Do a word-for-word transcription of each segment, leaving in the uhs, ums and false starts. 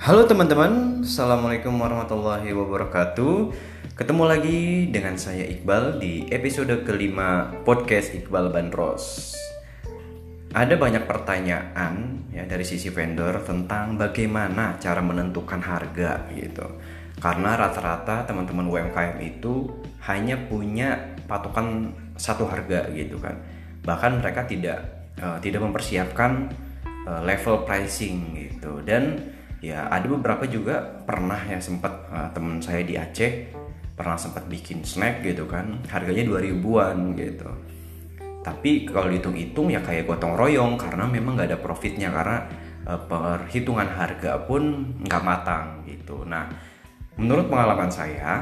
Halo teman-teman, Assalamualaikum warahmatullahi wabarakatuh. Ketemu lagi dengan saya Iqbal di episode kelima podcast Iqbal Bandros. Ada banyak pertanyaan ya dari sisi vendor tentang bagaimana cara menentukan harga gitu. Karena rata-rata teman-teman U M K M itu hanya punya patokan satu harga gitu kan. Bahkan mereka tidak uh, tidak mempersiapkan uh, level pricing gitu. Dan ya ada beberapa juga pernah ya sempat uh, teman saya di Aceh pernah sempat bikin snack gitu kan, harganya dua ribuan gitu. Tapi kalau dihitung-hitung ya kayak gotong royong karena memang nggak ada profitnya karena uh, perhitungan harga pun nggak matang gitu. Nah, menurut pengalaman saya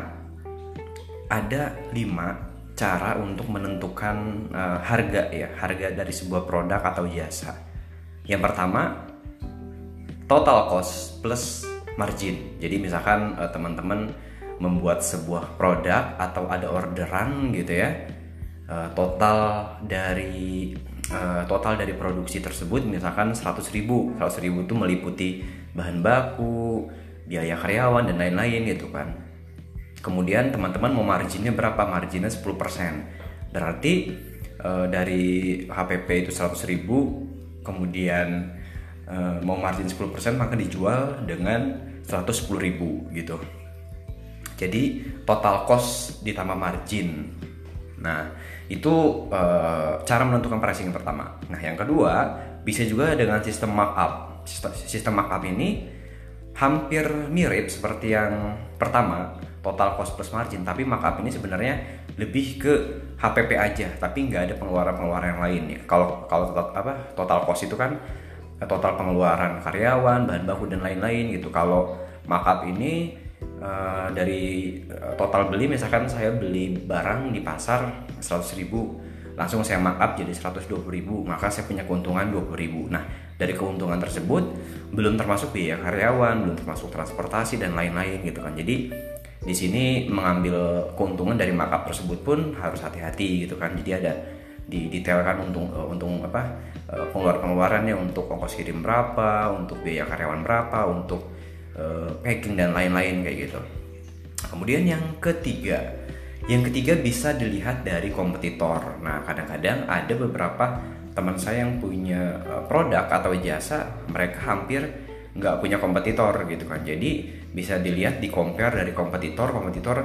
ada lima cara untuk menentukan uh, harga ya, harga dari sebuah produk atau jasa. Yang pertama, total cost plus margin. Jadi misalkan uh, teman-teman membuat sebuah produk atau ada orderan gitu ya, uh, total dari uh, total dari produksi tersebut misalkan seratus ribu. seratus ribu itu meliputi bahan baku, biaya karyawan dan lain-lain gitu kan. Kemudian teman-teman mau marginnya berapa? Marginnya sepuluh persen. Berarti uh, dari H P P itu seratus ribu, kemudian Uh, mau margin sepuluh persen maka dijual dengan seratus sepuluh ribu gitu. Jadi total cost ditambah margin. Nah itu uh, cara menentukan pricing yang pertama. Nah yang kedua bisa juga dengan sistem markup. Sistem markup ini hampir mirip seperti yang pertama, total cost plus margin. Tapi markup ini sebenarnya lebih ke H P P aja, tapi nggak ada pengeluaran-pengeluaran yang lain ya. Kalau kalau total, apa total cost itu kan total pengeluaran karyawan, bahan baku dan lain-lain gitu. Kalau markup ini uh, dari total beli, misalkan saya beli barang di pasar seratus ribu, langsung saya markup jadi seratus dua puluh ribu, maka saya punya keuntungan dua puluh ribu. Nah dari keuntungan tersebut belum termasuk biaya karyawan, belum termasuk transportasi dan lain-lain gitu kan. Jadi di sini mengambil keuntungan dari markup tersebut pun harus hati-hati gitu kan. Jadi ada didetailkan untung untung apa pengeluaran-pengeluarannya, untuk ongkos kirim berapa, untuk biaya karyawan berapa, untuk uh, packing dan lain-lain kayak gitu. Kemudian yang ketiga, yang ketiga bisa dilihat dari kompetitor. Nah kadang-kadang ada beberapa teman saya yang punya uh, produk atau jasa, mereka hampir nggak punya kompetitor gitu kan. Jadi bisa dilihat di compare dari kompetitor, kompetitor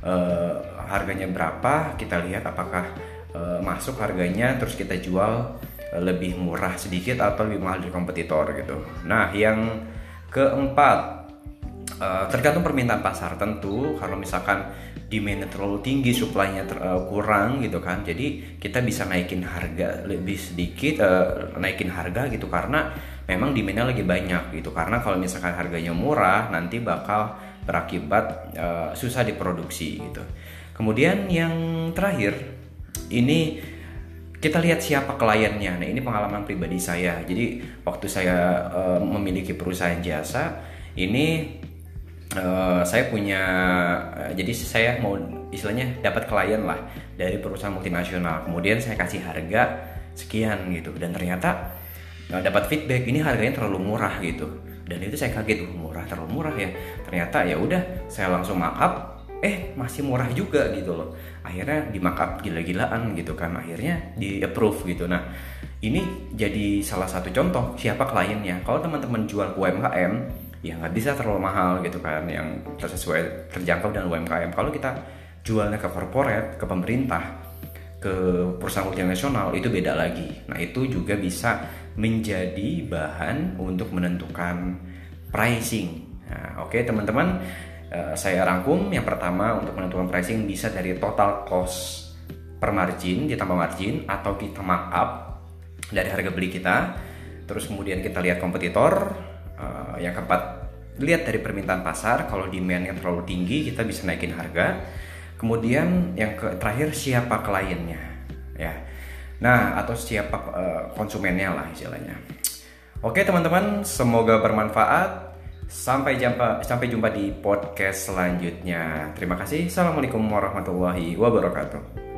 uh, harganya berapa, kita lihat apakah Uh, masuk harganya, terus kita jual uh, lebih murah sedikit atau lebih mahal dari kompetitor gitu. Nah yang keempat, uh, tergantung permintaan pasar tentu. Kalau misalkan demand terlalu tinggi, supply-nya ter, uh, kurang gitu kan, jadi kita bisa naikin harga lebih sedikit, uh, naikin harga gitu karena memang demand-nya lagi banyak gitu. Karena kalau misalkan harganya murah nanti bakal berakibat uh, susah diproduksi gitu. Kemudian yang terakhir, ini kita lihat siapa kliennya. Nah ini pengalaman pribadi saya. Jadi waktu saya uh, memiliki perusahaan jasa ini, uh, saya punya uh, jadi saya mau istilahnya dapat klien lah dari perusahaan multinasional. Kemudian saya kasih harga sekian gitu, dan ternyata uh, dapat feedback ini harganya terlalu murah gitu. Dan itu saya kaget, uh, murah terlalu murah ya. Ternyata ya udah saya langsung markup, eh masih murah juga gitu loh. Akhirnya di markup gila-gilaan gitu kan, akhirnya di approve gitu. Nah ini jadi salah satu contoh siapa kliennya. Kalau teman-teman jual U M K M ya nggak bisa terlalu mahal gitu kan, yang sesuai terjangkau dengan U M K M. Kalau kita jualnya ke corporate, ke pemerintah, ke perusahaan multinasional, itu beda lagi. Nah itu juga bisa menjadi bahan untuk menentukan pricing. Nah, oke okay, teman-teman, Uh, saya rangkum. Yang pertama, untuk menentukan pricing bisa dari total cost per margin ditambah margin, atau kita markup dari harga beli kita. Terus kemudian kita lihat kompetitor. Uh, yang keempat, lihat dari permintaan pasar. Kalau demand yang terlalu tinggi kita bisa naikin harga. Kemudian yang ke terakhir, siapa kliennya ya. Nah atau siapa uh, konsumennya lah istilahnya. Oke teman-teman, semoga bermanfaat. Sampai jumpa, sampai jumpa di podcast selanjutnya. Terima kasih. Assalamualaikum warahmatullahi wabarakatuh.